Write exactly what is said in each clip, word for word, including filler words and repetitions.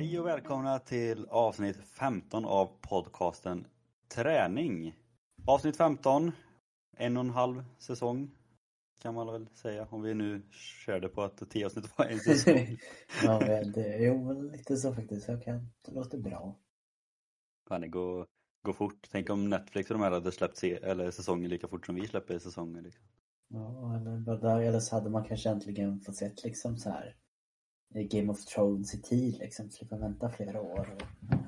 Hej och välkomna till avsnitt femton av podcasten Träning. Avsnitt femton, en och en halv säsong kan man väl säga, om vi nu körde på att tio avsnitt var en säsong. Ja, det, jo, lite så faktiskt. Jag kan, det låter bra. Fan, det går, går fort. Tänk om Netflix och de här hade släppt se, eller säsonger lika fort som vi släpper säsonger. Liksom. Ja, eller, bara, eller så hade man kanske äntligen fått sett liksom så här Game of Thrones i tid, liksom, slippa vänta flera år. Och, ja.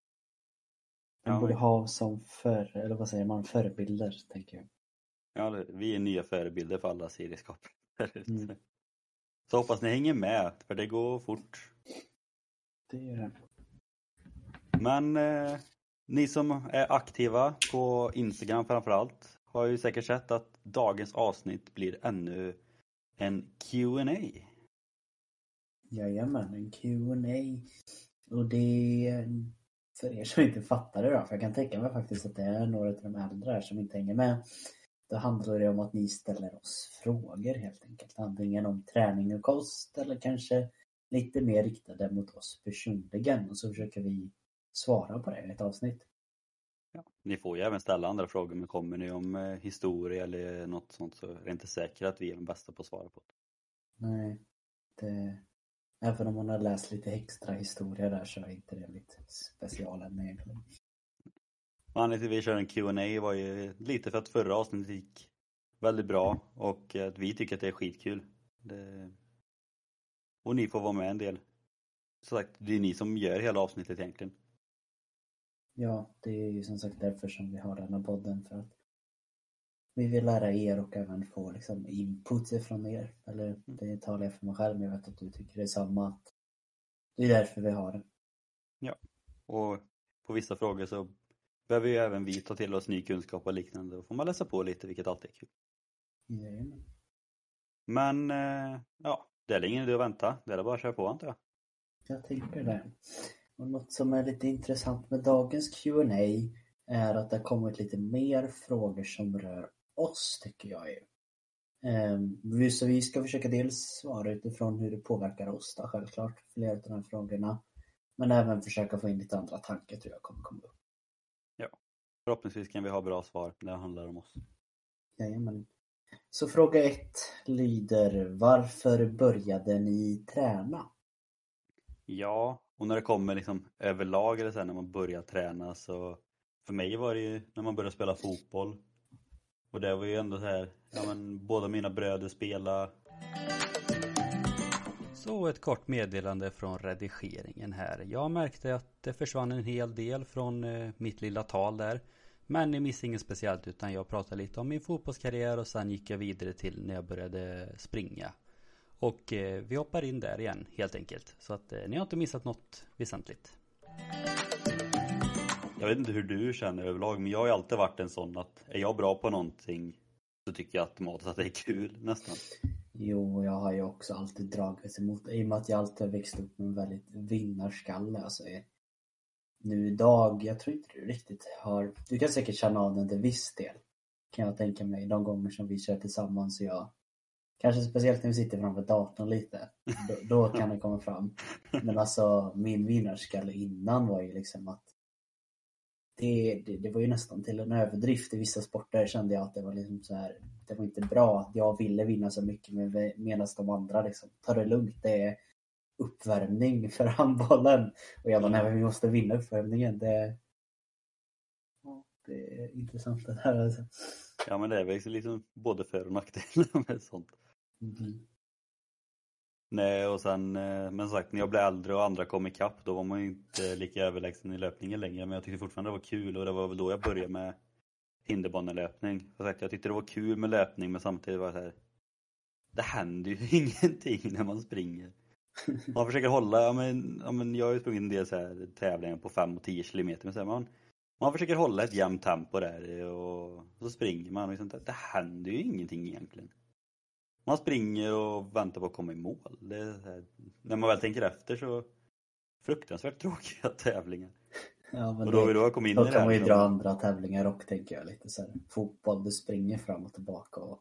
Man Ja, borde men... ha som för, eller vad säger man, förebilder, tänker jag. Ja, vi är nya förebilder för alla serieskapare. Mm. Så hoppas ni hänger med, för det går fort. Det gör det. Men eh, ni som är aktiva på Instagram framförallt har ju säkert sett att dagens avsnitt blir ännu en Q and A. Jajamän, en Q and A. Och det är för er som inte fattar det då, för jag kan tänka mig faktiskt att det är några av de äldre här som inte hänger med. Då handlar det om att ni ställer oss frågor helt enkelt. Antingen om träning och kost eller kanske lite mer riktade mot oss personligen. Och så försöker vi svara på det i ett avsnitt. Ja, ni får ju även ställa andra frågor, men kommer ni om eh, historia eller något sånt så är det inte säkert att vi är de bästa på att svara på det. Nej, det... Även om man har läst lite extra historia där så är inte det lite specialen egentligen. Anledningen till att vi kör en Q and A var ju lite för att förra avsnittet gick väldigt bra och att vi tycker att det är skitkul. Det... Och ni får vara med en del. Så sagt, det är ni som gör hela avsnittet egentligen. Ja, det är ju som sagt därför som vi har den här podden, för att vi vill lära er och även få liksom input från er. Eller det talar jag för mig själv, men jag vet att du tycker det är samma. Att det är därför vi har det. Ja, och på vissa frågor så behöver ju även vi ta till oss ny kunskap och liknande. Då får man läsa på lite, vilket alltid är kul. Jajamän. Men eh, ja, det är ingen idé att vänta. Det är bara att köra på, antar jag. Jag tänker det. Och något som är lite intressant med dagens Q and A är att det har kommit lite mer frågor som rör oss, tycker jag ju. Um, så vi ska försöka dels svara utifrån hur det påverkar oss då, självklart, flera av de här frågorna. Men även försöka få in lite andra tankar, tror jag kommer komma upp. Ja, förhoppningsvis kan vi ha bra svar när det handlar om oss. Jajamän. Så fråga ett lyder: varför började ni träna? Ja, och när det kommer liksom överlag eller sen när man börjar träna, så för mig var det ju när man började spela fotboll. Och det var ju ändå så här, ja men båda mina bröder spela. Så ett kort meddelande från redigeringen här. Jag märkte att det försvann en hel del från eh, mitt lilla tal där. Men ni missade inget speciellt, utan jag pratade lite om min fotbollskarriär och sen gick jag vidare till när jag började springa. Och eh, vi hoppar in där igen helt enkelt. Så att eh, ni har inte missat något väsentligt. Jag vet inte hur du känner överlag, men jag har ju alltid varit en sån att är jag bra på någonting så tycker jag automatiskt att det är kul nästan. Jo, jag har ju också alltid dragits emot, i och med att jag alltid har växt upp med en väldigt vinnarskalle. Alltså, nu idag, jag tror inte du riktigt har... Du kan säkert känna av den till viss del, kan jag tänka mig, de gånger som vi kör tillsammans. Och jag, kanske speciellt när vi sitter framför datorn lite, då, då kan det komma fram. Men alltså, min vinnarskalle innan var ju liksom att Det, det, det var ju nästan till en överdrift i vissa sporter, kände jag, att det var liksom så här, det var inte bra. Jag ville vinna så mycket, med, medan de andra liksom, ta det lugnt, det är uppvärmning för handbollen. Och jag bara, nej, vi måste vinna uppvärmningen. Det, ja, det är intressant det här alltså. Ja, men det är väl liksom både för- och nackdelar med sånt. Mm. Nej, och sen, men sagt, när jag blev äldre och andra kom ikapp, då var man ju inte lika överlägsen i löpningen längre. Men jag tyckte fortfarande det var kul, och det var väl då jag började med hinderbanelöpning. För sagt, jag tyckte det var kul med löpning, men samtidigt var det så här, det händer ju ingenting när man springer. Man försöker hålla, ja men, ja men jag har ju sprungit en del så här tävlingar på fem och tio kilometer, men så här, man, man försöker hålla ett jämnt tempo där och så springer man och sånt där. Det händer ju ingenting egentligen. Man springer och väntar på att komma i mål. Det är så här, när man väl tänker efter så fruktansvärt tråkiga tävlingar. Ja, men och då, det, då, jag kom in då i det kan här, man ju liksom. dra andra tävlingar och, tänker jag, lite så här, fotboll, du springer fram och tillbaka och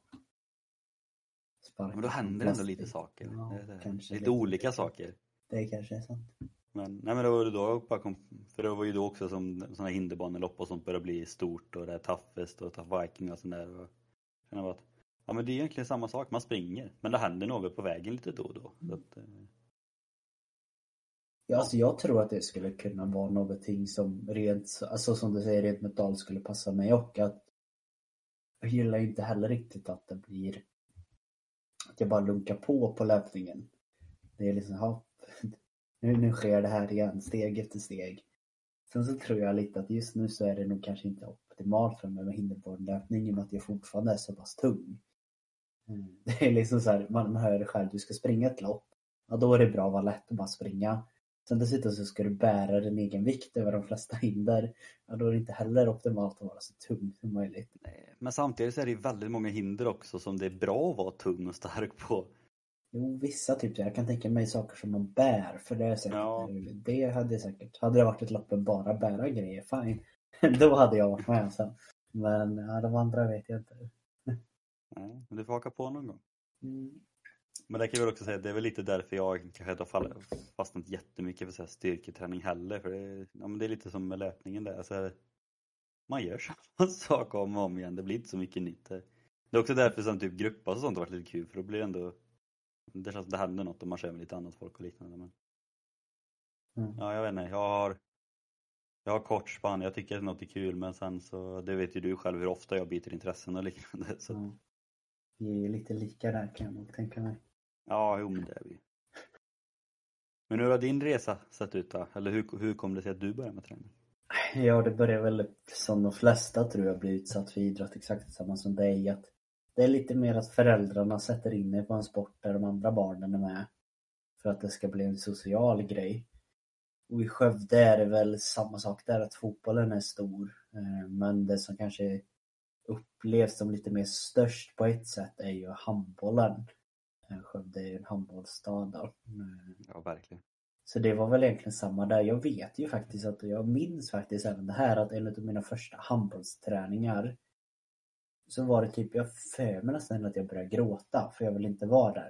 sparkar. Men då händer ändå lite saker. Ja, det är det. kanske Lite lite olika saker. Det kanske är sant. Men, nej, men det var ju då jag bara kom, för det var ju då också som sådana här hinderbanelopp och sånt började bli stort och det här Toughest och Tough Viking och sånt där. Och jag kände att, ja men det är egentligen samma sak, man springer. Men det händer något på vägen lite då och då. Så att, eh, Ja, alltså jag tror att det skulle kunna vara någonting som rent, alltså som du säger, rent mentalt skulle passa mig, och att jag gillar inte heller riktigt att det blir att jag bara lunkar på på löpningen. Det är liksom, ja, nu, nu sker det här igen, steg efter steg. Sen så tror jag lite att just nu så är det nog kanske inte optimalt för mig med hinderbanelöpning i och med att jag fortfarande är så pass tung. Mm. Det är liksom så här, man, man hör det själv, du ska springa ett lopp. Ja, då är det bra att vara lätt att bara springa. Sen dessutom så ska du bära din egen vikt över de flesta hinder. Ja, då är det inte heller optimalt att vara så tung som möjligt. nej. Men samtidigt så är det ju väldigt många hinder också som det är bra att vara tung och stark på. Jo, vissa typ, jag kan tänka mig saker som man bär, för det är säkert, Ja. det hade jag säkert, hade det varit ett lopp med bara bära grejer, fine. Då hade jag varit med sen. Men ja, de andra vet jag inte. Nej, men du får haka på någon gång. Mm. Men det kan jag väl också säga, det är väl lite därför jag kanske inte har fastnat jättemycket för så här styrketräning heller. För det är, ja, men det är lite som med löpningen där. Alltså, man gör samma sak om och om igen, det blir inte så mycket nytt. Det är också därför som typ gruppas och sånt har varit lite kul, för då blir det ändå, det känns att det händer något om man kör med lite annat folk och liknande. Men Mm. ja, jag vet inte, jag har jag har kort spann, jag tycker att något är kul, men sen så, det vet ju du själv hur ofta jag byter intressen och liknande. Så. Ja. Vi är ju lite lika där, kan jag nog tänka mig. Ja, jo men det är vi. Men hur har din resa sett ut då? Eller hur, hur kom det sig att du började med träning? Ja, det börjar väl som de flesta tror jag bli utsatt för idrott exakt samma som dig. Att det är lite mer att föräldrarna sätter in dig på en sport där de andra barnen är med. För att det ska bli en social grej. Och i Skövde är det väl samma sak där, att fotbollen är stor. Men det som kanske upplevs som lite mer störst på ett sätt är ju handbollen. Skövde är ju en handbollsstad då. Ja, verkligen. Så det var väl egentligen samma där. Jag vet ju faktiskt att, jag minns faktiskt även det här, att en av mina första handbollsträningar så var det typ, jag för mig nästan att jag började gråta för jag vill inte vara där.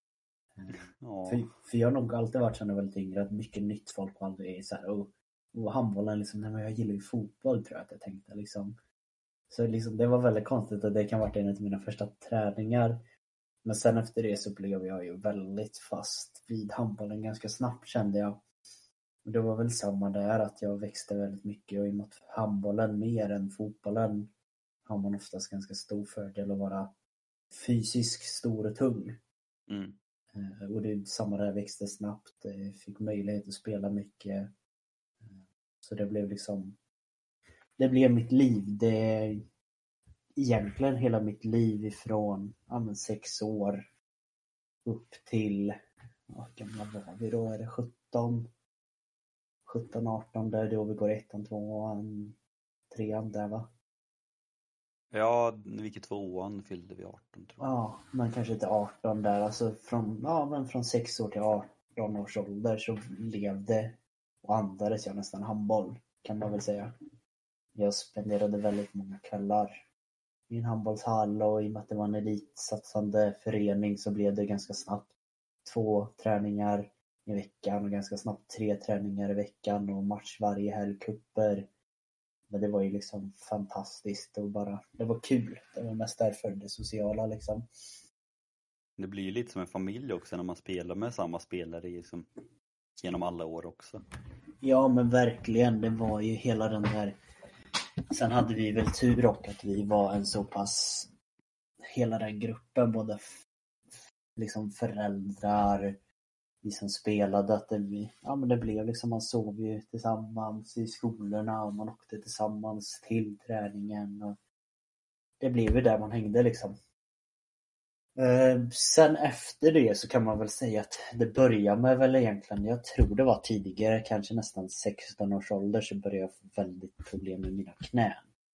Ja. För, för jag har nog alltid varit så när jag var lite yngre att mycket nytt folk aldrig är så här, och, och handbollen liksom, nej men jag gillar ju fotboll tror jag att jag tänkte liksom. Så liksom, det var väldigt konstigt att det kan ha varit en av mina första träningar. Men sen efter det så blev jag ju väldigt fast vid handbollen ganska snabbt, kände jag. Och det var väl samma där, att jag växte väldigt mycket, och i och med att handbollen mer än fotbollen har man oftast ganska stor fördel att vara fysiskt stor och tung. Mm. Och det är samma där, växte snabbt, fick möjlighet att spela mycket. Så det blev liksom, det blev mitt liv. Det egentligen hela mitt liv ifrån ja, men sex år upp till, ja, gamla var vi då, är det sjutton sjutton arton, där då vi går ettan, tvåan, trean där va? Ja, vilket tvåan fyllde vi arton tror jag. Ja, men kanske inte arton där, alltså från, ja, men från sex år till arton års ålder så levde och andades jag nästan handboll, kan man väl säga. Jag spenderade väldigt många kvällar i en handbollshall, och i och med att det var en elitsatsande förening så blev det ganska snabbt två träningar i veckan och ganska snabbt tre träningar i veckan och match varje helg, kupper. Men det var ju liksom fantastiskt och bara, det var kul. Det var mest därför det sociala liksom. Det blir ju lite som en familj också när man spelar med samma spelare liksom, genom alla år också. Ja men verkligen, det var ju hela den där. Sen hade vi väl tur och att vi var en så pass, hela den gruppen, både f- liksom föräldrar, vi som spelade, att det, vi, ja, men det blev liksom, man sov ju tillsammans i skolorna och man åkte tillsammans till träningen. Och det blev ju där man hängde liksom. Eh, sen efter det så kan man väl säga att det började med väl egentligen, jag tror det var tidigare, kanske nästan sexton års ålder, så började jag få väldigt problem med mina knän.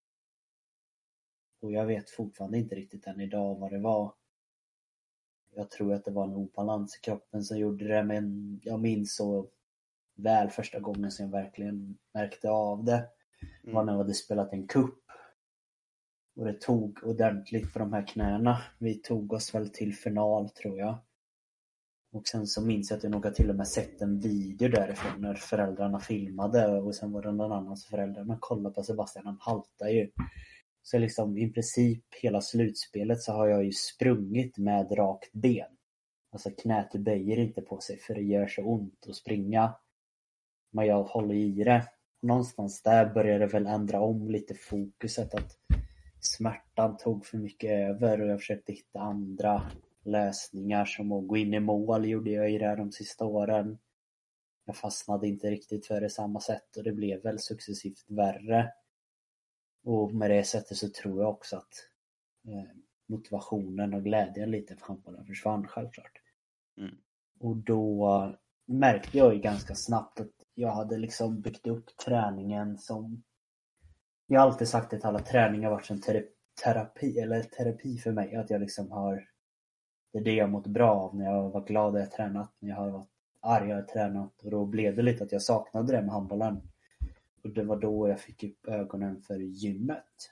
Och jag vet fortfarande inte riktigt än idag vad det var. Jag tror att det var en obalans i kroppen som gjorde det, men jag minns så väl första gången som jag verkligen märkte av det. Mm. Var när jag hade spelat en cup. Och det tog ordentligt på de här knäna. Vi tog oss väl till final tror jag. Och sen så minns jag att jag nog har till och med sett en video därifrån när föräldrarna filmade. Och sen var det någon annan som föräldrarna kollade på Sebastian. Han haltar ju. Så liksom i princip hela slutspelet så har jag ju sprungit med rakt ben. Alltså knät böjer inte på sig för det gör så ont att springa. Men jag håller i det. Och någonstans där började det väl ändra om lite fokuset. Att smärtan tog för mycket över och jag försökte hitta andra lösningar som att gå in i mål gjorde jag i det de sista åren. Jag fastnade inte riktigt för det samma sätt och det blev väl successivt värre. Och med det sättet så tror jag också att eh, motivationen och glädjen lite för handbollen försvann självklart. Mm. Och då märkte jag ju ganska snabbt att jag hade liksom byggt upp träningen som jag har alltid sagt att alla träningar har varit som terapi eller terapi för mig. Att jag liksom har det är det jag mått bra av när jag var glad att jag tränat, när jag har varit arg jag har tränat och då blev det lite att jag saknade det med handbollen. Och det var då jag fick upp ögonen för gymmet.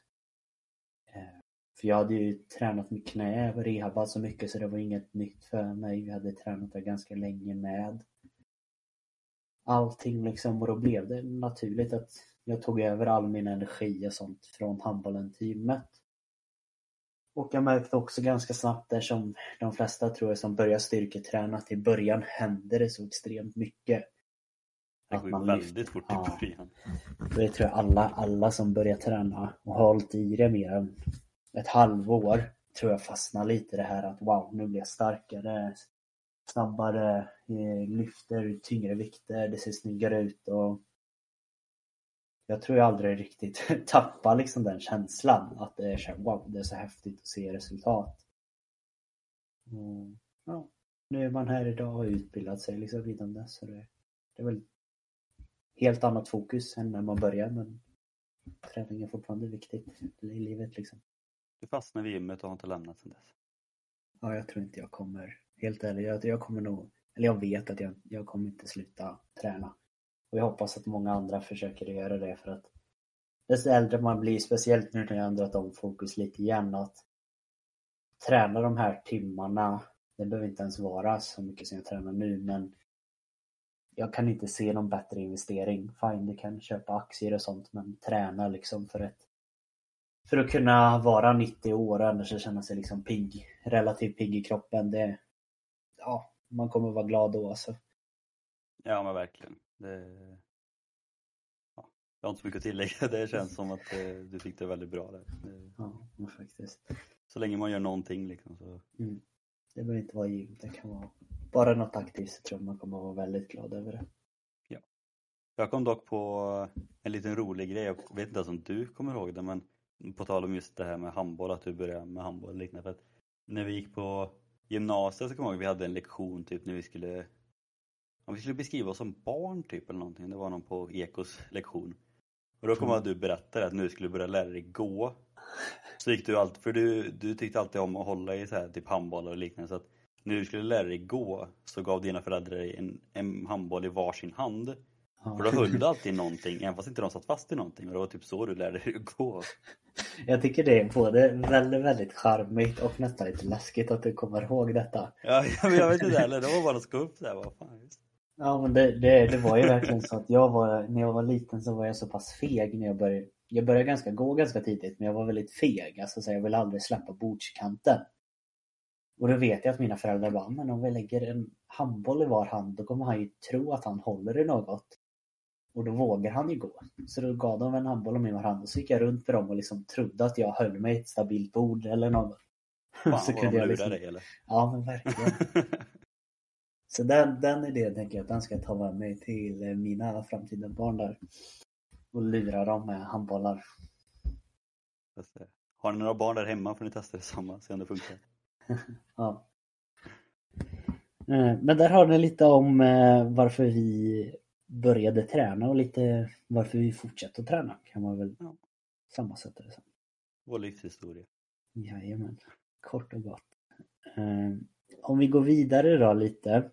För jag hade ju tränat med knä och rehabat så mycket så det var inget nytt för mig. Vi hade tränat det ganska länge med allting liksom och då blev det naturligt att jag tog över all min energi och sånt från handbollen till gymmet. Och jag märkte också ganska snabbt där som de flesta tror jag som börjar styrketräna att i början händer det så extremt mycket. Det går ju väldigt lyfter. fort i ja. början. Det tror jag alla, alla som börjar träna och har hållit i det mer än ett halvår tror jag fastnar lite i det här att wow, nu blir jag starkare, snabbare, lyfter tyngre vikter, det ser snyggare ut och jag tror jag aldrig riktigt tappar liksom den känslan att det är så wow, det är så häftigt att se resultat. Och, ja, nu är man här idag och utbildat sig liksom inom det så det, det är väl helt annat fokus än när man börjar men träning är fortfarande viktigt i livet liksom. Du fastnar vid gymmet och har inte lämnat sedan dess. Ja, jag tror inte jag kommer, helt ärligt, jag, jag kommer nog, eller jag vet att jag, jag kommer inte sluta träna. Och jag hoppas att många andra försöker göra det för att desto äldre man blir, speciellt nu när jag ändrat om fokus lite igen, att träna de här timmarna, det behöver inte ens vara så mycket som jag tränar nu, men jag kan inte se någon bättre investering. Fine, du kan köpa aktier och sånt, men träna liksom för ett för att kunna vara nittio år och annars känna sig liksom pigg, relativt pigg i kroppen. Det, ja, man kommer vara glad då alltså. Ja, men verkligen. Det, ja, jag har inte så mycket att tillägga. Det känns som att eh, du fick det väldigt bra där. Det, ja, faktiskt. Så länge man gör någonting liksom så. Mm. Det behöver inte vara gym. Det kan vara bara något aktivt så tror jag man kommer vara väldigt glad över det. Ja. Jag kom dock på en liten rolig grej. Jag vet inte ens om du kommer ihåg det, men på tal om just det här med handboll, att du började med handboll och liknande. För att när vi gick på gymnasiet så kommer jag ihåg att vi hade en lektion typ när vi skulle om vi skulle beskriva oss som barn typ eller någonting. Det var någon på Ekos lektion. Och då kom jag att du berättade att nu skulle du börja lära dig gå. Så gick du alltid, för du, du tyckte alltid om att hålla i så här typ handboll och liknande. Så att när du skulle lära dig gå så gav dina föräldrar dig en, en handboll i varsin hand. Ja. För då höll du alltid någonting, även fast inte de satt fast i någonting. Och det var typ så du lärde dig att gå. Jag tycker det är både väldigt, väldigt charmigt och nästan lite läskigt att du kommer ihåg detta. Ja, men jag vet inte heller. Det var bara att ska upp så här, vad fan just. Ja, men det, det, det var ju verkligen så att jag var, när jag var liten så var jag så pass feg när jag började. Jag började ganska gå ganska tidigt, men jag var väldigt feg. Alltså så jag ville aldrig släppa bordskanten. Och då vet jag att mina föräldrar bara, men om vi lägger en handboll i var hand, då kommer han ju tro att han håller i något. Och då vågar han ju gå. Så då gav de en handboll om i var hand och så gick jag runt med dem och liksom trodde att jag höll mig i ett stabilt bord eller något. Fan, så kunde jag liksom... dig, eller? Ja, men verkligen. Så den, den idén tänker jag att den ska jag ta med mig till mina framtida barn där. Och lura dem med handbollar. Har ni några barn där hemma får ni testa det samma, se om det funkar. Ja. Men där har ni lite om varför vi började träna och lite varför vi fortsätter att träna. Kan man väl ja. sammansätta det som. Vår livshistoria. Jajamän, kort och gott. Om vi går vidare då lite.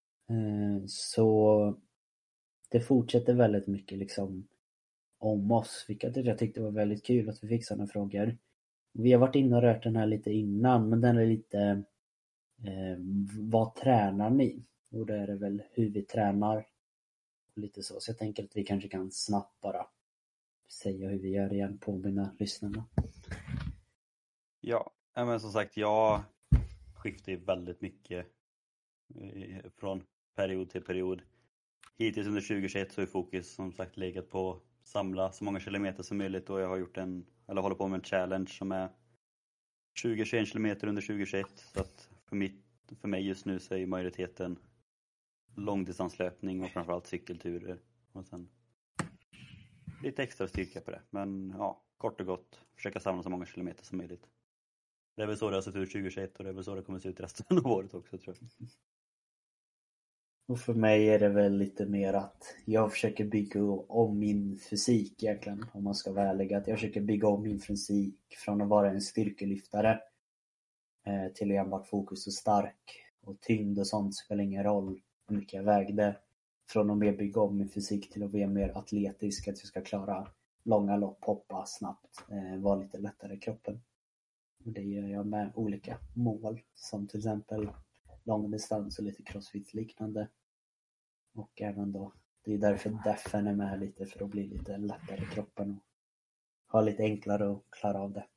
Så det fortsätter väldigt mycket liksom om oss, vilket jag tyckte var väldigt kul att vi fick sådana frågor. Vi har varit inne och rört den här lite innan, men den är lite Eh, vad tränar ni? Och då är det väl hur vi tränar. Och lite så. Så jag tänker att vi kanske kan snabbt bara säga hur vi gör igen, påminna lyssnarna. Ja, men som sagt, jag skiftar ju väldigt mycket från period till period. Hittills under tjugohundratjugoett så är fokus som sagt legat på att samla så många kilometer som möjligt, och jag har gjort en, eller håller på med en challenge som är tjugo till tjugoen kilometer under tjugohundratjugoett. Så att för, mitt, för mig just nu så är majoriteten långdistanslöpning och framförallt cykelturer. Och sen lite extra styrka på det. Men ja, kort och gott, försöka samla så många kilometer som möjligt. Det är väl så det har sett ut tjugohundratjugoett, och det är väl så det kommer se ut resten av året också, tror jag. Och för mig är det väl lite mer att jag försöker bygga om min fysik egentligen, om man ska vara ärlig. Att jag försöker bygga om min fysik från att vara en styrkelyftare eh, till att enbart fokus och stark. Och tyngd och sånt spelar ingen roll hur mycket jag vägde. Från att mer bygga om min fysik till att bli mer atletisk, att jag ska klara långa lopp, hoppa snabbt, eh, vara lite lättare i kroppen. Och det gör jag med olika mål, som till exempel långdistans och lite crossfit-liknande. Och även då, det är därför defen är med lite, för att bli lite lättare i kroppen och ha lite enklare att klara av det.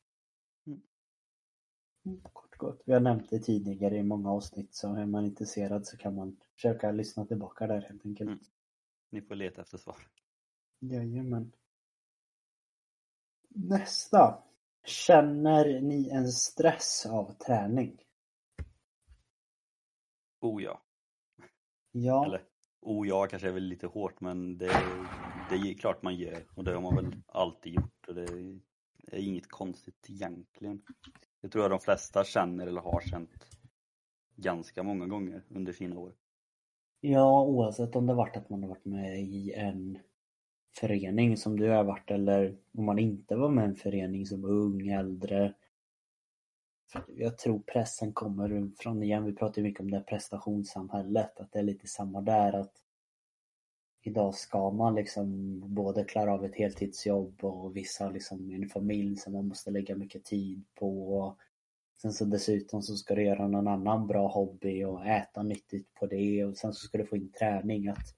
Mm, kort och gott. Vi har nämnt det tidigare i många avsnitt, så är man intresserad så kan man försöka lyssna tillbaka där helt enkelt. Mm. Ni får leta efter svar. Jajamän. Nästa. Känner ni en stress av träning? Oh ja. Ja. Eller oh ja, kanske är väl lite hårt, men det, det är klart man gör. Och det har man väl alltid gjort. Och det är inget konstigt egentligen. Jag tror att de flesta känner eller har känt ganska många gånger under sina år. Ja, oavsett om det varit att man har varit med i en förening som du har varit, eller om man inte var med i en förening som ung, äldre. För jag tror pressen kommer från, igen, vi pratar ju mycket om det prestationssamhället, att det är lite samma där, att idag ska man liksom både klara av ett heltidsjobb och vissa liksom en familj som man måste lägga mycket tid på. Sen så dessutom så ska du göra någon annan bra hobby och äta nyttigt på det, och sen så ska du få in träning. Att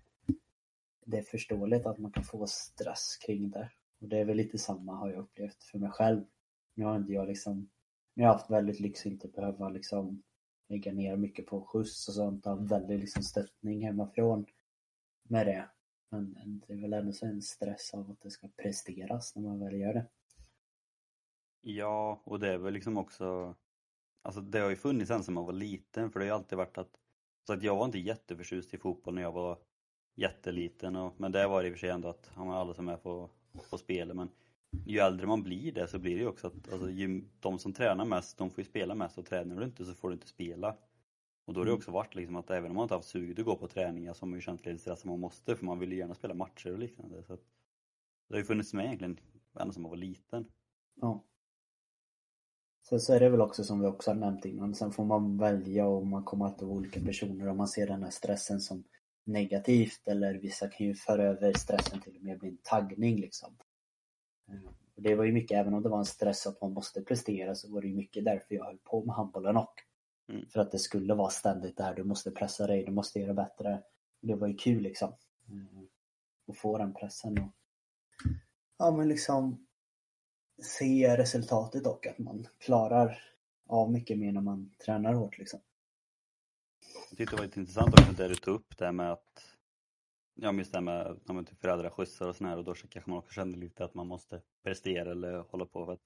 det är förståeligt att man kan få stress kring det. Och det är väl lite samma har jag upplevt för mig själv. Nu har inte jag liksom, jag har haft väldigt lyx inte behöva liksom lägga ner mycket på skjuts och sånt. Jag har väldigt liksom stöttning hemifrån med det. Men det är väl ändå så en stress av att det ska presteras när man väl gör det. Ja, och det är väl liksom också, alltså det har ju funnits sen som man var liten, för det har ju alltid varit att, så att jag var inte jätteförtjust i fotboll när jag var jätteliten, och, men det var det i och för sig ändå att han var alla som är på, på spelet. Men ju äldre man blir det så blir det ju också att alltså, ju, de som tränar mest, de får ju spela mest, och tränar du inte så får du inte spela. Och då har det också varit liksom att även om man inte haft suget att gå på träningar så har man ju känt lite stress som man måste, för man vill ju gärna spela matcher och liknande. Så att det har ju funnits med egentligen ända som man var liten. Ja. Så, så är det väl också som vi också har nämnt innan. Sen får man välja, och man kommer att ha olika personer, om man ser den här stressen som negativt, eller vissa kan ju föra över stressen till och med bli en taggning liksom. Och det var ju mycket, även om det var en stress att man måste prestera, så var det ju mycket därför jag höll på med handbollen och Mm. för att det skulle vara ständigt där, du måste pressa dig, du måste göra bättre. Det var ju kul liksom att få den pressen och ja, men liksom se resultatet, och att man klarar av mycket mer när man tränar hårt liksom. Jag tyckte det var lite intressant också där du tog upp det med att, ja, just det med när man typ föräldrar skjutsar och sån här, och då kanske man också kände lite att man måste prestera eller hålla på. För att,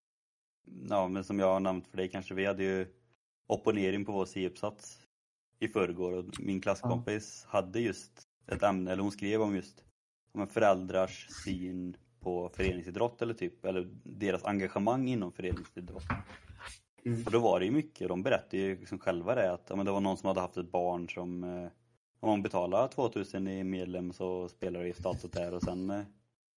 ja, men som jag har nämnt för dig kanske, vi hade ju opponering på vår C-uppsats i förrgår, och min klasskompis ja. hade just ett ämne, eller hon skrev om just om föräldrars syn på föreningsidrott, eller typ, eller deras engagemang inom föreningsidrott. Mm. Och då var det ju mycket, de berättade ju liksom själva det, att ja, men det var någon som hade haft ett barn som, eh, om man betalar tvåtusen i medlem så spelar det i statsåt där, och sen eh,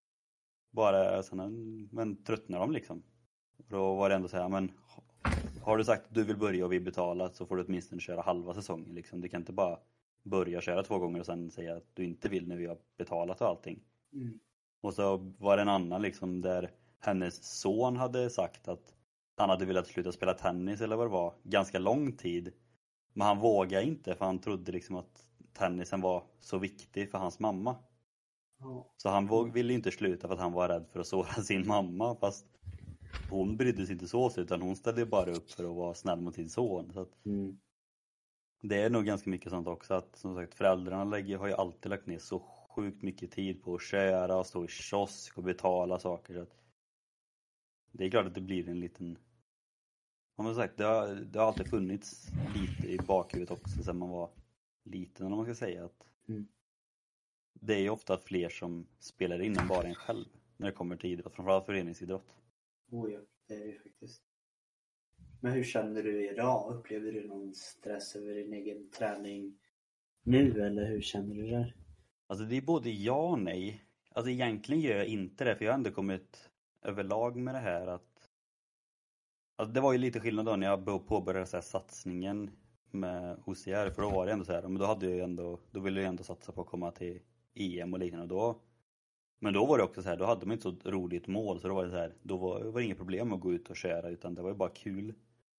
bara sen, men tröttnar de liksom. Och då var det ändå så här, men har du sagt att du vill börja och vi betalar, så får du åtminstone köra halva säsongen liksom. Du kan inte bara börja köra två gånger och sen säga att du inte vill när vi har betalat och allting. Mm. Och så var det en annan liksom där hennes son hade sagt att han hade velat sluta spela tennis eller vad det var ganska lång tid. Men han vågade inte för han trodde liksom att tennisen var så viktig för hans mamma. Ja. Så han våg, ville inte sluta för att han var rädd för att såra sin mamma. Fast hon brydde sig inte så utan hon ställde bara upp för att vara snäll mot sin son. Så att Mm. det är nog ganska mycket sånt också. Att som sagt föräldrarna lägger, har ju alltid lagt ner så sjukt mycket tid på att köra och stå i kiosk och betala saker. Så att det är klart att det blir en liten... Som jag sagt, det har, det har alltid funnits lite i bakhuvudet också sedan man var liten. Om man ska säga att Mm. det är ju ofta fler som spelar in än bara en själv när det kommer till idrott, framförallt föreningsidrott. Oh ja, det är det faktiskt. Men hur känner du idag? Upplever du någon stress över din egen träning nu eller hur känner du där? Alltså det är både ja och nej. Alltså egentligen gör jag inte det för jag har ändå kommit överlag med det här att alltså det var ju lite skillnad då när jag påbörjade så här satsningen med O C R för då var det ändå så här, men då hade jag ju ändå, då ville jag ändå satsa på att komma till E M och liknande då. Men då var det också så här, då hade man inte så roligt mål så då var det så här, då var, var det inget problem att gå ut och köra utan det var ju bara kul.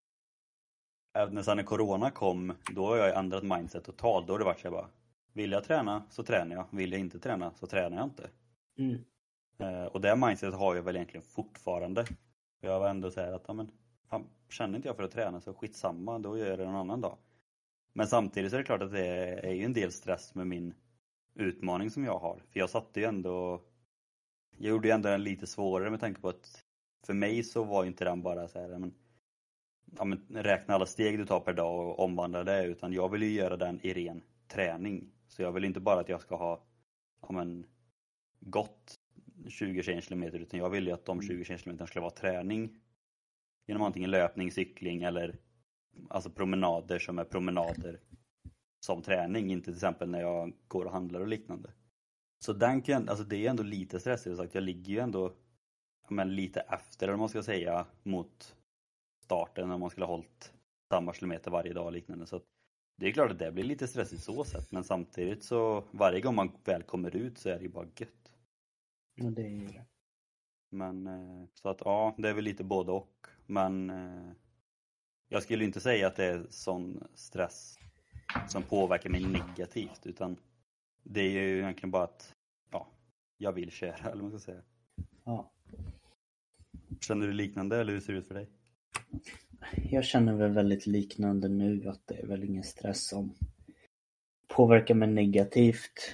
Även när sen när corona kom, då har jag ändrat mindset totalt. Då har det varit så här bara, vill jag träna så tränar jag, vill jag inte träna så tränar jag inte. Mm. Eh, och det mindset har jag väl egentligen fortfarande. Jag var ändå så här att, ja men, fan, känner inte jag för att träna så skitsamma, då gör jag det en annan dag. Men samtidigt så är det klart att det är ju en del stress med min utmaning som jag har. För jag satte ju ändå, jag gjorde ju ändå den lite svårare med tanke på att för mig så var ju inte den bara så här, men, ja, men räkna alla steg du tar per dag och omvandla det, utan jag vill ju göra den i ren träning. Så jag vill inte bara att jag ska ha, ja men, gått tjugo kilometer utan jag vill ju att de tjugo kilometer ska vara träning. Genom antingen löpning, cykling eller alltså promenader som är promenader som träning. Inte till exempel när jag går och handlar och liknande. Så den kan, alltså det är ändå lite stressigt. Sagt. Jag ligger ju ändå ja, men lite efter om man ska säga mot starten när man skulle ha hållit samma kilometer varje dag och liknande. Så att det är klart att det blir lite stressigt så sätt. Men samtidigt så varje gång man väl kommer ut så är det ju bara gött. Ja, det är ju det. Men så att ja, det är väl lite både och. Men jag skulle inte säga att det är sån stress som påverkar mig negativt. Utan det är ju egentligen bara att ja, jag vill köra eller vad man ska säga. Ja. Känner du liknande eller hur ser det ut för dig? Jag känner väl väldigt liknande nu att det är väl ingen stress som påverkar mig negativt.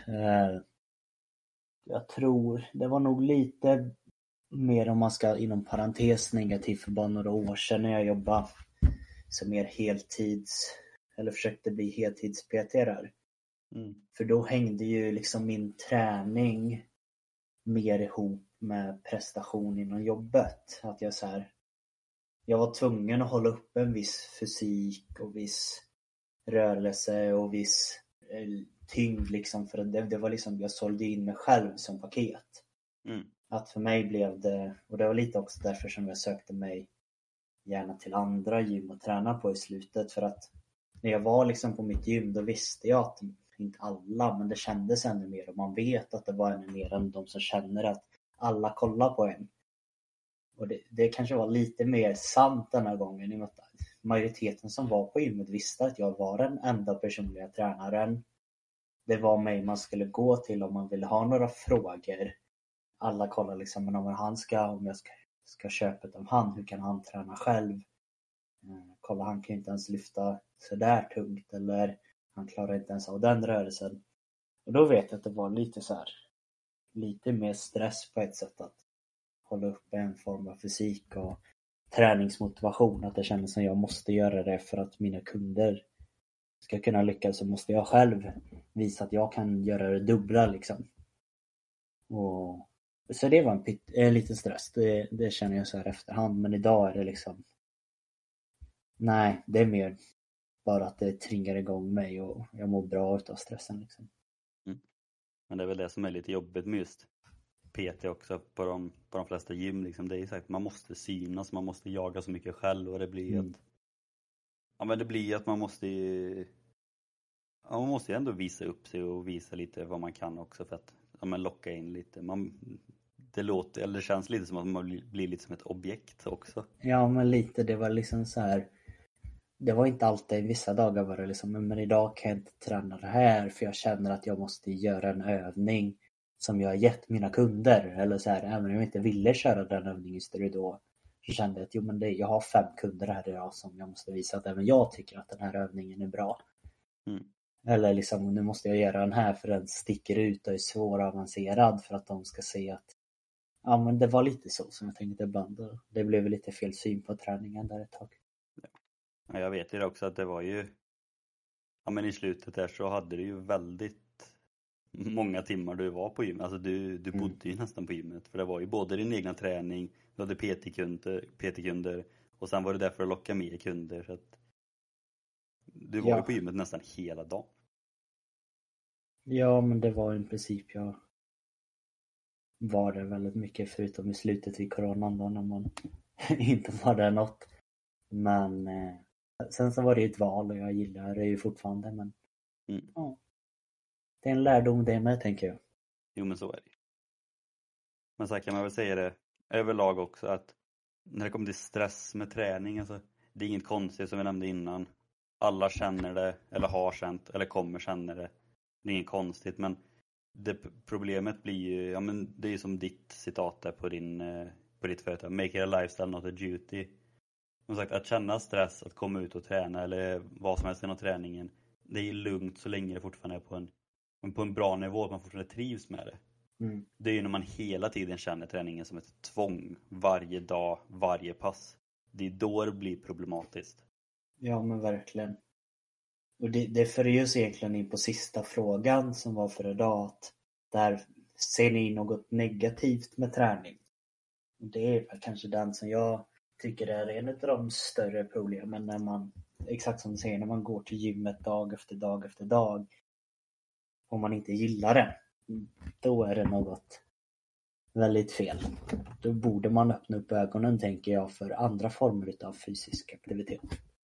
Jag tror det var nog lite mer om man ska inom parentes negativt för bara några år sedan när jag jobbade som mer heltids eller försökte bli heltids-P T där. Mm. För då hängde ju liksom min träning mer ihop med prestation inom jobbet. Att jag så här, jag var tvungen att hålla upp en viss fysik och viss rörelse och viss tyngd liksom för det, det var liksom, jag sålde in mig själv som paket. Mm. Att för mig blev det, och det var lite också därför som jag sökte mig gärna till andra gym och träna på i slutet, för att när jag var liksom på mitt gym då visste jag att inte alla, men det kändes ännu mer och man vet att det var ännu mer än de som känner att alla kollar på en. Och det, det kanske var lite mer sant den här gången i och med att majoriteten som var på gymmet visste att jag var den enda personliga tränaren. Det var mig man skulle gå till om man ville ha några frågor. Alla kollar liksom, men om han ska, om jag ska, ska köpa av han, hur kan han träna själv? Eh, kolla, han kan inte ens lyfta så där tungt eller han klarar inte ens av den rörelsen. Och då vet jag att det var lite så här, lite mer stress på ett sätt att hålla upp en form av fysik och träningsmotivation, att det kändes som jag måste göra det för att mina kunder ska kunna lyckas, så måste jag själv visa att jag kan göra det dubbla liksom. Och så det var en, pit, en liten stress, det, det känner jag så här efterhand, men idag är det liksom nej, det är mer bara att det tringar igång mig och jag mår bra utav stressen liksom. Mm. Men det är väl det som är lite jobbigt med just P T också på de, på de flesta gym liksom. Det är ju sagt, man måste synas, man måste jaga så mycket själv och det blir mm. att ja men det blir att man måste ju, ja, man måste ju ändå visa upp sig och visa lite vad man kan också för att ja, men locka in lite. Man, det låter, eller det känns lite som att man blir, blir lite som ett objekt också. Ja, men lite, det var liksom så här. Det var inte alltid, vissa dagar var det liksom, men idag kan jag inte träna det här för jag känner att jag måste göra en övning som jag har gett mina kunder. Eller så här, även om jag inte ville köra den övningen just då, så kände jag att jo, men det, jag har fem kunder här idag som jag måste visa att även jag tycker att den här övningen är bra. Mm. Eller liksom, nu måste jag göra den här för den sticker ut och är svår och avancerad för att de ska se att ja, men det var lite så som jag tänkte ibland. Det blev lite fel syn på träningen där ett tag. Ja, jag vet ju också att det var ju, ja men i slutet där så hade du ju väldigt många timmar du var på gymmet. Alltså du, du bodde mm. ju nästan på gymmet. För det var ju både din egna träning, du hade P T-kunder, P T-kunder och sen var du där för att locka mer kunder. Så att du var ja. ju på gymmet nästan hela dagen. Ja, men det var i princip jag var det väldigt mycket förutom i slutet i coronan då när man inte var där något. Men eh, sen så var det ett val och jag gillar det ju fortfarande. Men mm. ja, det är en lärdom det med, tänker jag. Jo, men så är det. Men så kan man väl säga det överlag också att när det kommer till stress med träning, alltså, det är inget konstigt som vi nämnde innan. Alla känner det, eller har känt, eller kommer känna det. Det är inget konstigt, men det problemet blir ju, ja men det är ju som ditt citat där på, din, på ditt företag. Make it a lifestyle, not a duty. Som sagt, att känna stress, att komma ut och träna eller vad som helst inom träningen, det är lugnt så länge det fortfarande är på en, på en bra nivå, att man fortfarande trivs med det. Mm. Det är ju när man hela tiden känner träningen som ett tvång, varje dag, varje pass. Det är då det blir problematiskt. Ja, men verkligen. Och det, det för oss egentligen in på sista frågan som var för idag. Att där ser ni något negativt med träning? Och det är kanske den som jag tycker är en av de större problemen när man, exakt som du säger, när man går till gymmet dag efter dag efter dag. Om man inte gillar det, då är det något väldigt fel. Då borde man öppna upp ögonen, tänker jag, för andra former av fysisk aktivitet.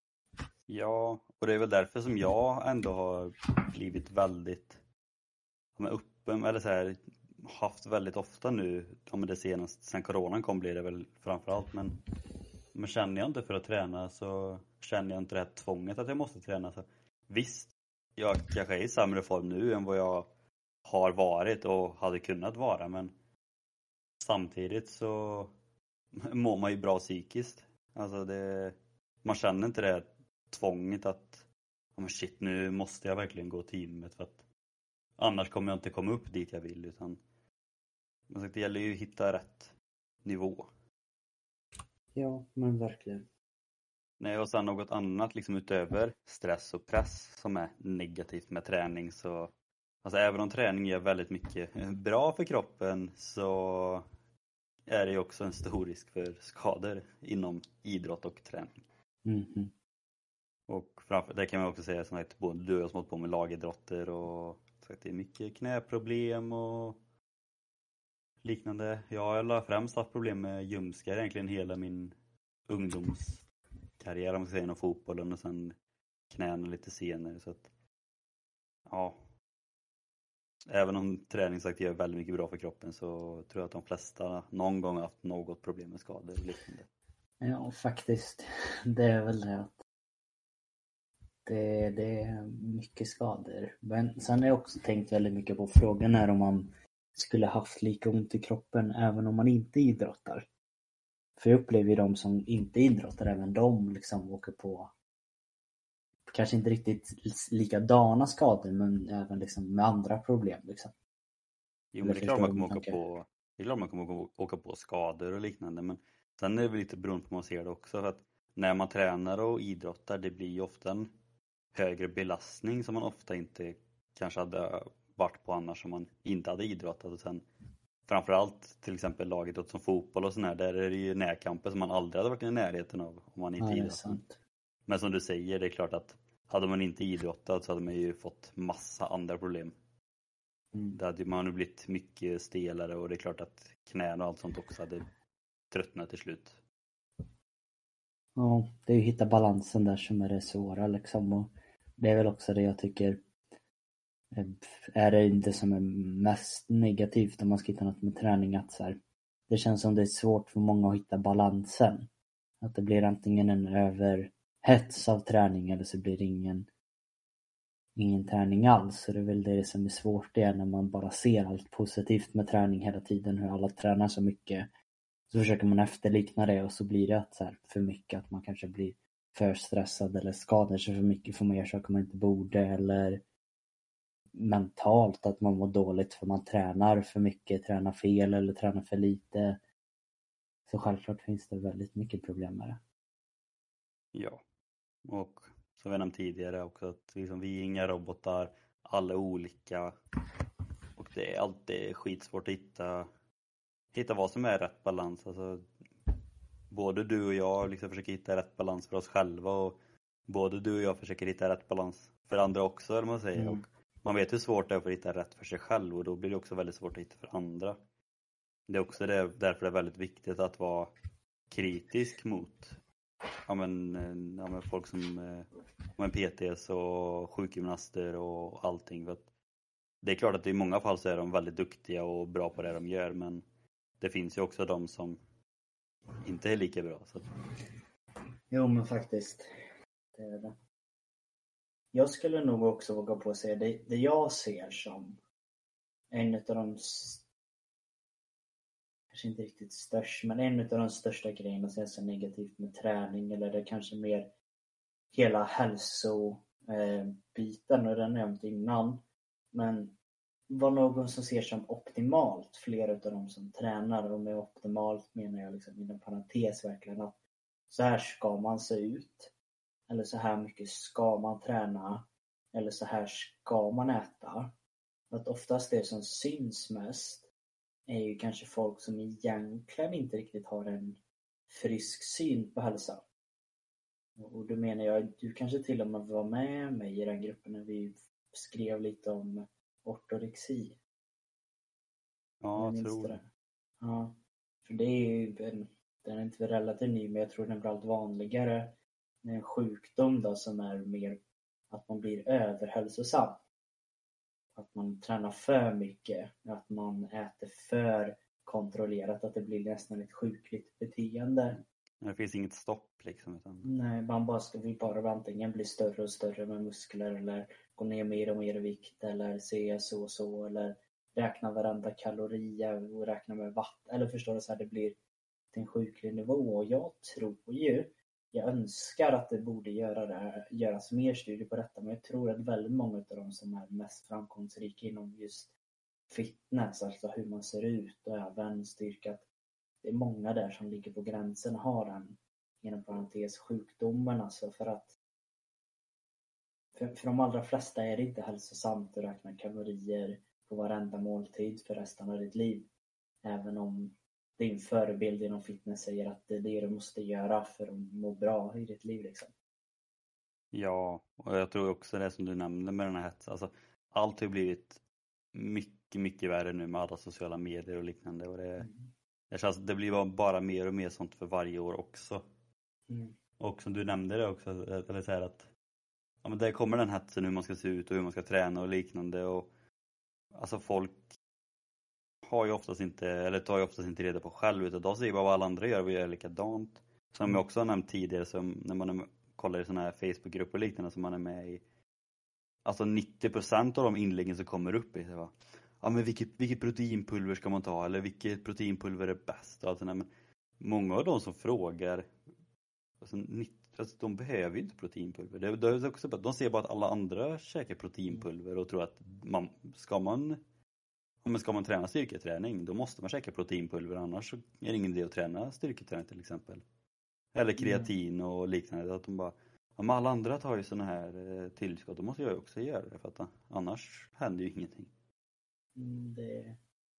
Ja, och det är väl därför som jag ändå har blivit väldigt öppen, eller så här, haft väldigt ofta nu, ja men det senaste, sen coronan kom blir det väl framförallt, men, men känner jag inte för att träna så känner jag inte det här tvånget att jag måste träna. Så visst, jag kanske är i sämre form nu än vad jag har varit och hade kunnat vara, men samtidigt så mår man ju bra psykiskt. Alltså det, man känner inte det här tvånget att oh shit, nu måste jag verkligen gå till gymmet för att annars kommer jag inte komma upp dit jag vill, utan det gäller ju att hitta rätt nivå. Ja, men verkligen. Nej, och sen något annat liksom utöver stress och press som är negativt med träning, så alltså även om träning är väldigt mycket bra för kroppen så är det ju också en stor risk för skador inom idrott och träning. Mm-hmm. Och framför, det kan man också säga som att både du och jag som hållit på med lagidrotter och så att det är mycket knäproblem och liknande. Jag har främst haft problem med ljumskar egentligen hela min ungdomskarriär, om man ska säga, inom fotbollen, och sen knäna lite senare, så att ja, även om träning sagt gör väldigt mycket bra för kroppen så tror jag att de flesta någon gång har haft något problem med skador och liknande. Ja, faktiskt. Det är väl det att det, det är mycket skador. Men sen har jag också tänkt väldigt mycket på frågan här om man skulle haft lika ont i kroppen även om man inte idrottar. För jag upplever ju de som inte idrottar, även de liksom åker på kanske inte riktigt likadana skador, men även liksom med andra problem liksom. Jo, men det är klart man kommer åka på, det är klart man kommer åka på skador och liknande, men sen är det väl lite beroende på hur man ser det också, för att när man tränar och idrottar, det blir ju ofta en högre belastning som man ofta inte kanske hade varit på annars om man inte hade idrottat. Och sen framförallt till exempel lagidrott som fotboll och sån här, där är det ju närkamper som man aldrig hade varit i närheten av om man inte ja, idrottat. Men som du säger, det är klart att hade man inte idrottat så hade man ju fått massa andra problem. Mm. Det hade man ju blivit mycket stelare och det är klart att knän och allt sånt också hade tröttnat till slut. Ja, det är ju att hitta balansen där som är det svåra liksom, och det är väl också det jag tycker är det inte som är mest negativt om man ska hitta något med träning, att så här, det känns som det är svårt för många att hitta balansen. Att det blir antingen en överhets av träning eller så blir det ingen, ingen träning alls. Så det är väl det som är svårt det när man bara ser allt positivt med träning hela tiden. Hur alla tränar så mycket. Så försöker man efterlikna det och så blir det att så här, för mycket att man kanske blir för stressad eller skadar sig för mycket för man gör saker man inte borde eller mentalt att man mår dåligt för man tränar för mycket, tränar fel eller tränar för lite. Så självklart finns det väldigt mycket problem med det. Ja, och som vi nämnt tidigare också att liksom, vi är inga robotar, alla är olika och det är alltid skitsvårt att hitta, hitta vad som är rätt balans. Alltså, både du och jag liksom försöker hitta rätt balans för oss själva och både du och jag försöker hitta rätt balans för andra också, eller man säger. Mm. Och man vet hur svårt det är att hitta rätt för sig själv och då blir det också väldigt svårt att hitta för andra. Det är också det, därför det är väldigt viktigt att vara kritisk mot ja, men, ja, men folk som ja, P T:s och sjukgymnaster och allting. För att det är klart att i många fall så är de väldigt duktiga och bra på det de gör, men det finns ju också de som inte är lika bra. Så. Jo, men faktiskt. Det är det. Jag skulle nog också våga på att säga det, det jag ser som en av de kanske inte riktigt störst, men en av de största grejerna som är så negativt med träning eller det kanske mer hela hälsobiten och den nämnt innan. Men vad någon som ser som optimalt, flera av de som tränar, och med optimalt menar jag liksom inom parentes verkligen att så här ska man se ut. Eller så här mycket ska man träna. Eller så här ska man äta. Att oftast det som syns mest är ju kanske folk som egentligen inte riktigt har en frisk syn på hälsa. Och då menar jag, du kanske till och med var med mig i den gruppen när vi skrev lite om ortorexi. Ja, jag tror det. Ja, för det är ju en, den är inte relativt ny, men jag tror den blir allt vanligare. Det är en sjukdom då som är mer att man blir överhälsosam. Att man tränar för mycket, att man äter för kontrollerat, att det blir nästan ett sjukligt beteende. Det finns inget stopp liksom. Utan... Nej, man bara ska vi bara antingen bli större och större med muskler eller gå ner mer och mer i vikt eller se så och så eller räkna varenda kalorier och räkna med vatten. Eller förstår du, så här, det blir till en sjuklig nivå. Och jag tror ju, jag önskar att det borde göra det, göras mer studier på detta. Men jag tror att väldigt många av de som är mest framgångsrika inom just fitness, alltså hur man ser ut och även styrka, det är många där som ligger på gränsen och har den inom parentes sjukdomen. Alltså för att för, för de allra flesta är det inte hälsosamt att räkna kalorier på varenda måltid för resten av ditt liv. Även om din förebild inom fitness säger att det är det du måste göra för att må bra i ditt liv liksom. Ja, och jag tror också det som du nämnde med den här hetsen. Alltså, allt har blivit mycket, mycket värre nu med alla sociala medier och liknande. Och det, mm. det, känns, det blir bara mer och mer sånt för varje år också. Mm. Och som du nämnde det också, eller så här att ja, men där kommer den hetsen hur man ska se ut och hur man ska träna och liknande. Och alltså folk har ju oftast inte, eller tar ju oftast inte reda på själv, utan de ser bara vad alla andra gör och gör likadant. Som mm. jag också har nämnt tidigare, som när man är, kollar i sådana här Facebookgrupper och liknande som man är med i. Alltså nittio procent av de inläggen som kommer upp i, så va? Ja, men vilket, vilket proteinpulver ska man ta? Eller vilket proteinpulver är bäst? Och allt sådär. Men många av de som frågar, alltså, nittio, alltså, de behöver ju inte proteinpulver. Det, det är också, de ser bara att alla andra käkar proteinpulver och tror att man, ska man men ska man träna styrketräning, då måste man käka proteinpulver, annars är det ingen idé att träna styrketräning till exempel. Eller kreatin och liknande. Att de bara, ja, men alla andra tar ju sådana här tillskott, då måste jag också göra det, för att annars händer ju ingenting. Mm, det,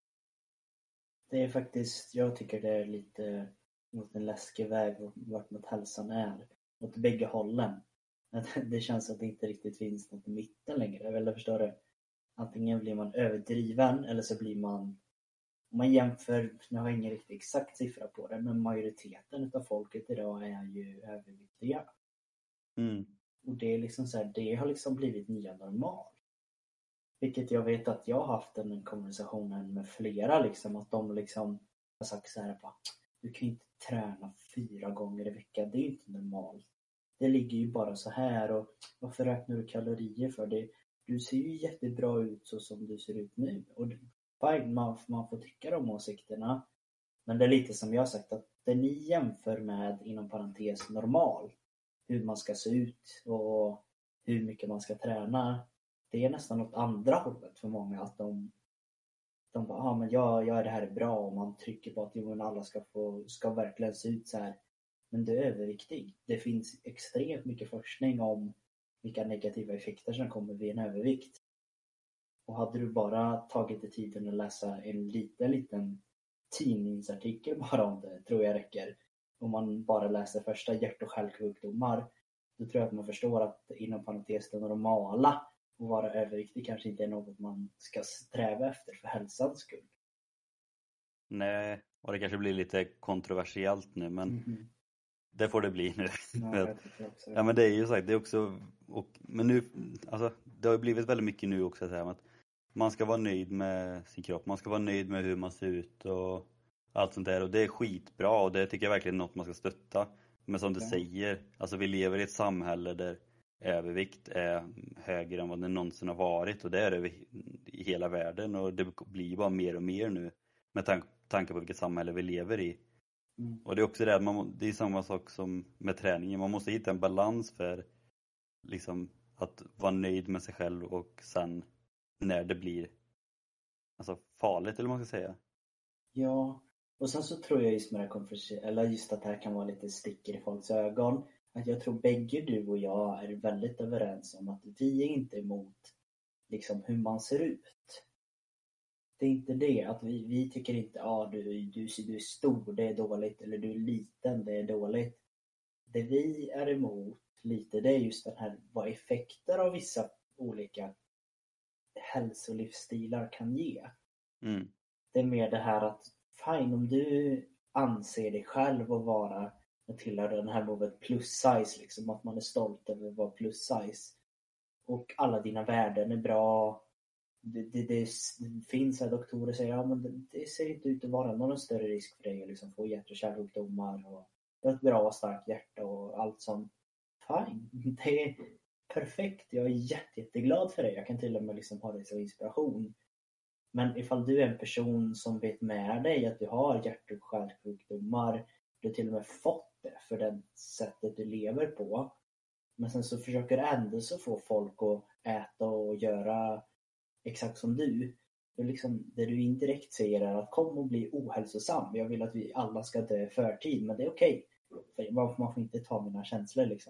det är faktiskt, jag tycker det är lite mot en läskig väg vart mot hälsan är. Åt bägge hållen. Det känns att det inte riktigt finns något i mitten längre, eller förstår du? Antingen blir man överdriven eller så blir man, om man jämför, jag har ingen riktigt exakt siffra på det, men majoriteten av folket idag är ju överviktiga. Mm. Och det är liksom så här, det har liksom blivit nya normal. Vilket jag vet att jag har haft en konversationen med flera liksom, att de liksom har sagt så här, bara, du kan inte träna fyra gånger i veckan, det är inte normalt. Det ligger ju bara så här, och varför räknar du kalorier för det? Du ser ju jättebra ut så som du ser ut nu. Och fine, man, man får tycka de åsikterna. Men det är lite som jag har sagt, att det ni jämför med, inom parentes, normal, hur man ska se ut och hur mycket man ska träna, det är nästan åt andra hållet för många, att de de bara, ah, men jag gör det här är bra, och man trycker på att jo, men alla ska få, ska verkligen se ut så här. Men du är överviktig. Det finns extremt mycket forskning om vilka negativa effekter som kommer vid en övervikt. Och hade du bara tagit dig tiden att läsa en liten, liten tidningsartikel bara om det, tror jag räcker. Om man bara läser första hjärt- och kärlsjukdomar, då tror jag att man förstår att inom parentes det normala att vara överviktig kanske inte är något man ska sträva efter för hälsans skull. Nej, och det kanske blir lite kontroversiellt nu, men Mm-hmm. det får det bli nu. Ja, jag tycker också det. Ja, men det är ju sagt, det är också, och, men nu, alltså, det har ju blivit väldigt mycket nu också så här, att man ska vara nöjd med sin kropp, man ska vara nöjd med hur man ser ut och allt sånt där, och det är skitbra, och det tycker jag verkligen är något man ska stötta. Men som du Ja. säger, alltså vi lever i ett samhälle där övervikt är högre än vad det någonsin har varit, och det är det i hela världen, och det blir bara mer och mer nu med tanke, tanke på vilket samhälle vi lever i. Mm. Och det är också det att man, det är samma sak som med träningen, man måste hitta en balans för liksom att vara nöjd med sig själv, och sen när det blir alltså farligt, eller vad man ska säga. Ja, och sen så tror jag just med det konfers- eller just att det här kan vara lite sticker i folks ögon, att jag tror bägge du och jag är väldigt överens om att vi är inte emot liksom hur man ser ut. Det är inte det, att vi, vi tycker inte att ah, du, du, du är stor, det är dåligt, eller du är liten, det är dåligt. Det vi är emot lite, det är just den här, vad effekter av vissa olika hälsolivsstilar kan ge. Mm. Det är mer det här att fine, om du anser dig själv att vara till den här movet plus size, liksom, att man är stolt över att vara plus size, och alla dina värden är bra. Det, det, det, det finns här doktorer som säger, ja, men det, det ser inte ut att vara någon större risk för dig att liksom få hjärt- och kärlsjukdomar, och du har ett bra och starkt hjärta och allt sånt. Fine, det är perfekt. Jag är jätte, jätteglad för dig. Jag kan till och med liksom ha det som inspiration. Men ifall du är en person som vet med dig att du har hjärt- och kärlsjukdomar, du har till och med fått det för det sättet du lever på, men sen så försöker du ändå så få folk att äta och göra exakt som du. Det, är liksom, det du indirekt säger är att kom och bli ohälsosam. Jag vill att vi alla ska dö förtid, men det är okej. Okay. Man får inte ta mina känslor liksom.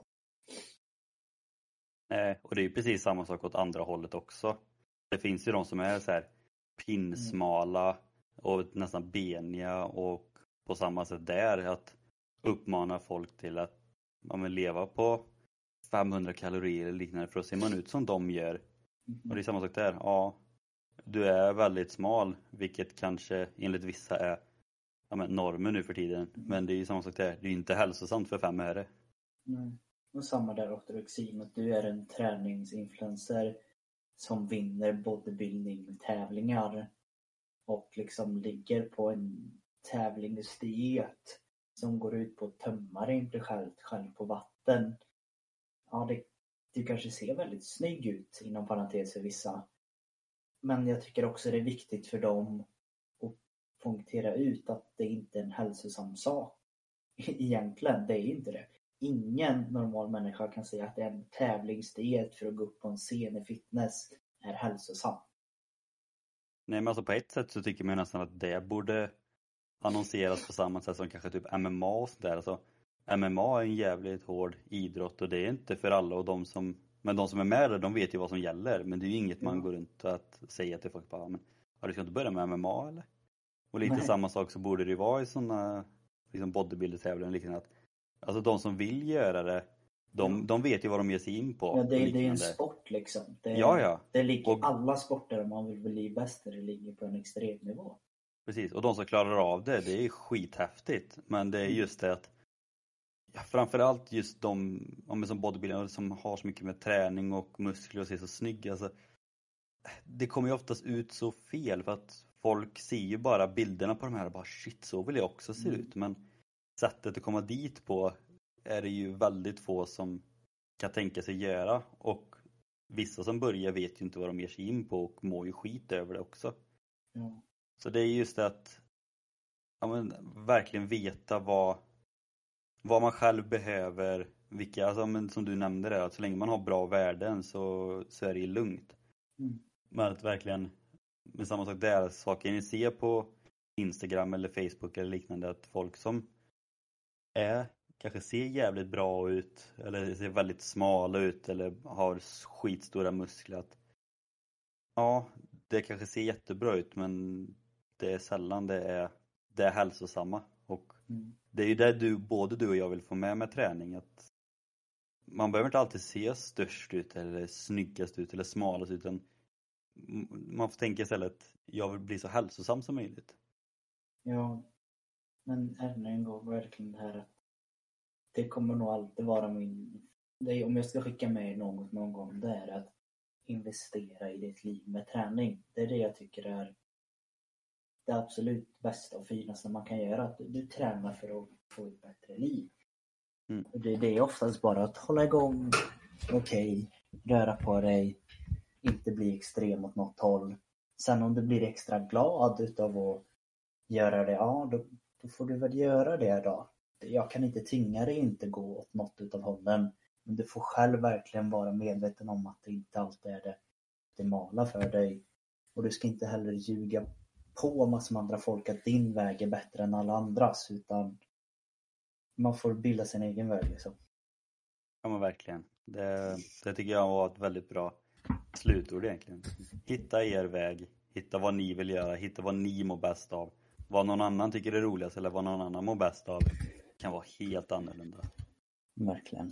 Nej, och det är ju precis samma sak åt andra hållet också. Det finns ju de som är så här pinsmala och nästan beniga, och på samma sätt där att uppmana folk till att ja, men leva på femhundra kalorier eller liknande, för att ser man ut som de gör. Mm-hmm. Och det är samma sak där. Ja, du är väldigt smal, vilket kanske enligt vissa är ja, men normen nu för tiden. Mm. Men det är ju samma sak där. Det är ju inte hälsosamt för fem öre. Nej. Och samma där ortodoxin, att du är en träningsinfluencer som vinner bodybuilding-tävlingar och liksom ligger på en tävlingsdiet som går ut på att tömma dig inte själv, själv på vatten. Ja, det, du kanske ser väldigt snygg ut inom parentes för vissa. Men jag tycker också det är viktigt för dem att punktera ut att det inte är en hälsosam sak. Egentligen, det är inte det. Ingen normal människa kan säga att en tävlingsdiet för att gå upp på en scen i fitness är hälsosam. Nej, men alltså på ett sätt så tycker man nästan att det borde annonseras på samma sätt som kanske typ M M A och sådär. Alltså, M M A är en jävligt hård idrott, och det är inte för alla, och de som, men de som är med där, de vet ju vad som gäller. Men det är ju inget ja. man går runt att säga till folk bara, men ja, du ska inte börja med M M A eller? Och lite Nej. samma sak så borde det ju vara i sådana liksom bodybuilder-tävlingar liknande, att alltså de som vill göra det, de, ja. de vet ju vad de ger sig in på. Ja, det, det är en sport liksom. Det, ja, ja. Det ligger och, alla sporter, om man vill bli bäst, det ligger på en extrem nivå. Precis, och de som klarar av det, det är skithäftigt. Men det är just det att ja, framförallt just de ja, som bodybuildare som har så mycket med träning och muskler och ser så snygga. Alltså, det kommer ju oftast ut så fel, för att folk ser ju bara bilderna på de här och bara shit, så vill jag också se Mm. ut. Men sättet att komma dit på är det ju väldigt få som kan tänka sig göra. Och vissa som börjar vet ju inte vad de ger sig in på och mår ju skit över det också. Ja. Så det är just det att ja, men, verkligen veta vad, vad man själv behöver. Vilka, alltså, men, som du nämnde där, att så länge man har bra värden så, så är det ju lugnt. Mm. Men att verkligen, med samma sak där, saker ni ser på Instagram eller Facebook eller liknande, att folk som är, kanske ser jävligt bra ut eller ser väldigt smala ut eller har skitstora muskler, att ja, det kanske ser jättebra ut, men det är sällan det är, det är hälsosamma. Och Mm. det är ju det du, både du och jag vill få med med träning, att man behöver inte alltid se störst ut eller snyggast ut eller smalast ut, utan man får tänka istället, jag vill bli så hälsosam som möjligt. Ja, men ännu en gång verkligen det här att det kommer nog alltid vara min, det är, om jag ska skicka med något någon gång, det är att investera i ditt liv med träning. Det är det jag tycker är det absolut bästa och finaste man kan göra, att du, du tränar för att få ett bättre liv. Mm. Och det, det är oftast bara att hålla igång, okej, röra på dig, inte bli extrem åt något håll. Sen om du blir extra glad utav att göra det, ja då, då får du väl göra det då. Jag kan inte tvinga dig inte gå åt något utav hållen, men du får själv verkligen vara medveten om att det inte alltid är det optimala för dig. Och du ska inte heller ljuga på massor med andra folk att din väg är bättre än alla andras, utan man får bilda sin egen väg liksom. Ja, men verkligen. Det, det tycker jag var ett väldigt bra slutord egentligen. Hitta er väg, hitta vad ni vill göra, hitta vad ni mår bäst av. Vad någon annan tycker är roligast eller vad någon annan mår bäst av kan vara helt annorlunda. Verkligen.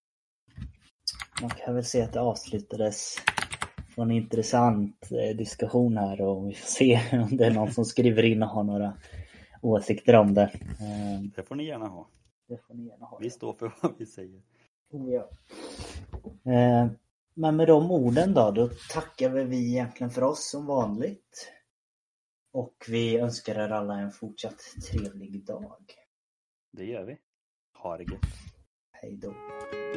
Man kan väl se att det avslutades på en intressant diskussion här, och vi får se om det är någon som skriver in och har några åsikter om det. Det får ni gärna ha. Det får ni gärna ha. Vi står för vad vi säger. Oh, ja. Men med de orden då, då tackar vi egentligen för oss som vanligt. Och vi önskar er alla en fortsatt trevlig dag. Det gör vi. Ha det gött. Hej då.